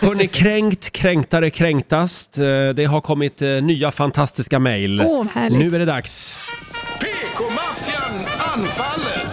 Hörrni, kränktare kränktast. Det har kommit nya fantastiska mejl. Nu är det dags. PK-maffian anfaller!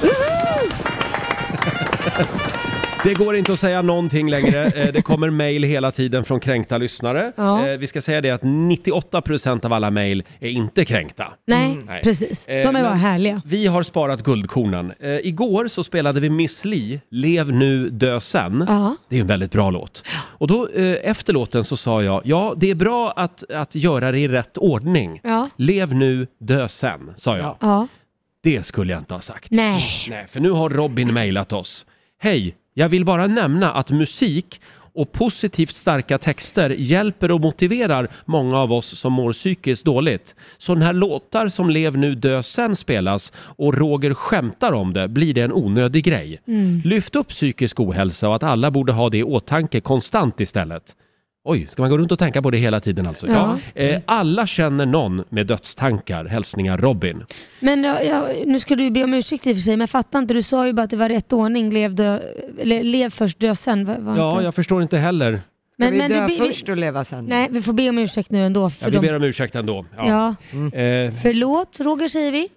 Det går inte att säga någonting längre. Det kommer mejl hela tiden från kränkta lyssnare. Ja. Vi ska säga det att 98% av alla mejl är inte kränkta. Nej, precis. De är bara härliga. Vi har sparat guldkornen. Igår så spelade vi Miss Li, Lev nu, dö sen. Ja. Det är en väldigt bra låt. Och då efter låten så sa jag, ja det är bra att göra det i rätt ordning. Ja. Lev nu, dö sen, sa jag. Ja. Det skulle jag inte ha sagt. Nej, för nu har Robin mejlat oss. Hej, jag vill bara nämna att musik och positivt starka texter hjälper och motiverar många av oss som mår psykiskt dåligt. Så när låtar som Lev nu, dö sen spelas och Roger skämtar om det blir det en onödig grej. Lyft upp psykisk ohälsa och att alla borde ha det i åtanke konstant istället. Oj, ska man gå runt och tänka på det hela tiden alltså? Ja. Alla känner någon med dödstankar. Hälsningar Robin. men nu ska du be om ursäkt i och för sig, men jag fattar inte. Du sa ju bara att det var rätt ordning. Lev först, dö sen. Ja, jag förstår inte heller. Men vi men dö du, först och leva sen? Nej, vi får be om ursäkt nu ändå. För Vi ber om ursäkt ändå. Ja. Förlåt, Roger säger vi.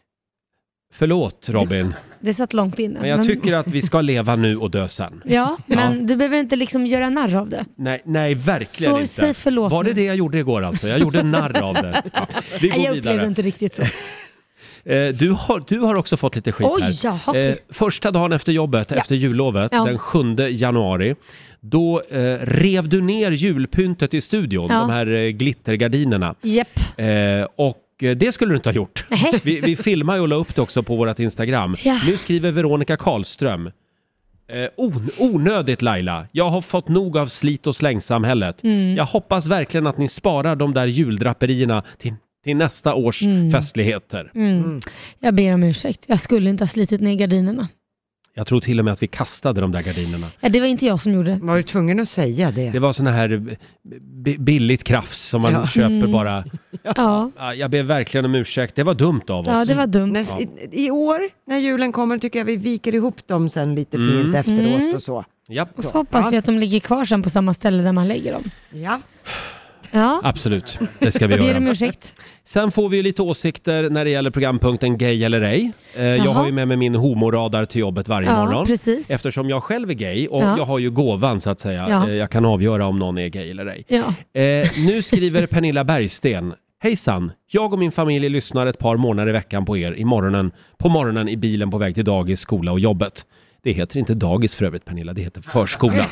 Förlåt Robin. Det satt långt inne. Men jag tycker att vi ska leva nu och dö sen. Ja, men du behöver inte liksom göra narr av det. Nej, verkligen så inte. Säg förlåt. Var det jag gjorde igår alltså? Jag gjorde narr av det. Ja. Vi går jag vidare. upplevde inte riktigt så. Du har också fått lite skit här. Jaha, okej. Första dagen efter jobbet, efter jullovet, den 7 januari. Då rev du ner julpyntet i studion, de här glittergardinerna. Japp. Och det skulle du inte ha gjort. Vi filmar och la upp det också på vårt Instagram. Ja. Nu skriver Veronica Karlström. Onödigt Laila. Jag har fått nog av slit- och slängsamhället. Jag hoppas verkligen att ni sparar de där juldraperierna till nästa års festligheter. Jag ber om ursäkt. Jag skulle inte ha slitit ner gardinerna. Jag tror till och med att vi kastade de där gardinerna. Ja, det var inte jag som gjorde. Var du tvungen att säga det? Det var såna här billigt krafs som man köper bara. Ja. Jag ber verkligen om ursäkt. Det var dumt av oss. Ja, det var dumt. I år, när julen kommer, tycker jag vi viker ihop dem sen lite fint efteråt och så. Japp. Och så hoppas vi att de ligger kvar sen på samma ställe där man lägger dem. Ja. Ja. Absolut, det ska vi Ber göra. om ursäkt. Sen får vi lite åsikter när det gäller programpunkten Gay eller ej. Jag har ju med mig min homoradar till jobbet varje morgon. Precis. Eftersom jag själv är gay och jag har ju gåvan så att säga. Jag kan avgöra om någon är gay eller ej. Ja. Nu skriver Pernilla Bergsten. Hejsan, jag och min familj lyssnar ett par månader i veckan på er på morgonen i bilen på väg till dagis, skola och jobbet. Det heter inte dagis för övrigt, Pernilla, det heter förskola.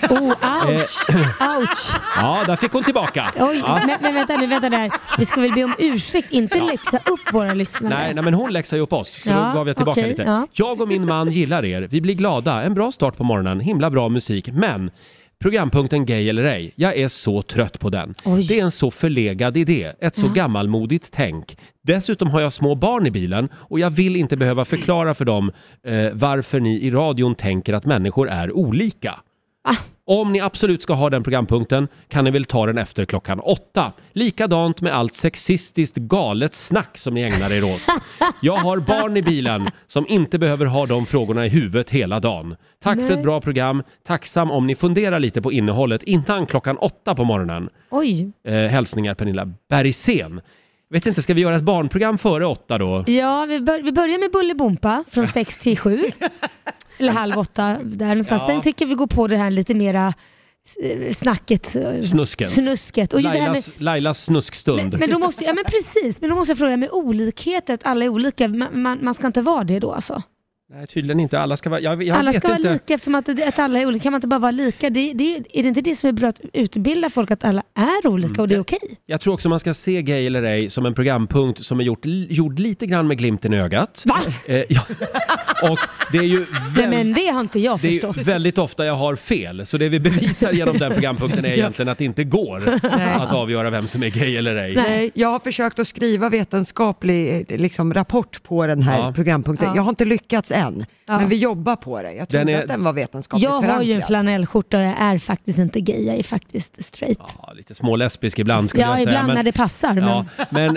Ouch. Ja, där fick hon tillbaka. Oj, men vänta där. Vi ska väl be om ursäkt, inte läxa upp våra lyssnare. Nej, men hon läxar ju upp oss, så då gav jag tillbaka lite. Ja. Jag och min man gillar er. Vi blir glada. En bra start på morgonen. Himla bra musik. Men programpunkten Gay eller ej, jag är så trött på den. Oj. Det är en så förlegad idé. Ett så gammalmodigt tänk. Dessutom har jag små barn i bilen och jag vill inte behöva förklara för dem varför ni i radion tänker att människor är olika. Om ni absolut ska ha den programpunkten kan ni väl ta den efter 8:00. Likadant med allt sexistiskt galet snack som ni ägnar er åt. Jag har barn i bilen som inte behöver ha de frågorna i huvudet hela dagen. Tack för ett bra program. Tacksam om ni funderar lite på innehållet innan 8:00 på morgonen. Oj. Hälsningar Pernilla Bergsten. Vet inte, ska vi göra ett barnprogram före 8 då? Ja, vi börjar med Bullybompa från 6 till 7. Eller 7:30 där någonstans. Sen tycker vi går på det här lite mera snacket. Snusket. Och Lailas snuskstund. Men då måste jag, precis. Men då måste jag fråga med olikhet, att alla är olika. Man ska inte vara det då alltså. Nej, tydligen inte. Alla ska vara... alla ska vara lika eftersom att alla är olika. Kan man inte bara vara lika? Är det inte det som är bra att utbilda folk, att alla är olika och det är okej? Jag tror också man ska se Gay eller ej som en programpunkt som är gjord lite grann med glimten i ögat. Va? Och det är ju men det har inte jag förstått. Det är väldigt ofta jag har fel. Så det vi bevisar genom den programpunkten är egentligen att det inte går att avgöra vem som är gay eller ej. Nej, jag har försökt att skriva vetenskaplig rapport på den här programpunkten. Ja. Jag har inte lyckats än. Men vi jobbar på det. Jag trodde att den var vetenskapligt förankrad. Jag har ju en flanellskjorta och jag är faktiskt inte gay. Jag är faktiskt straight. Ja, lite smålesbisk ibland skulle jag säga. Ja, ibland när det passar. Men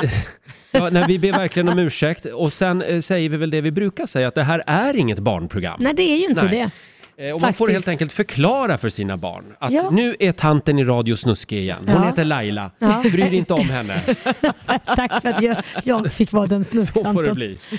vi ber verkligen om ursäkt. Och sen säger vi väl det vi brukar säga, att det här är inget barnprogram. Nej, det är ju inte det. Och man får helt enkelt förklara för sina barn att nu är tanten i radio snuskig igen. Hon heter Laila. Bryr inte om henne. Tack för att jag fick vara den snuskanten. Så får det bli.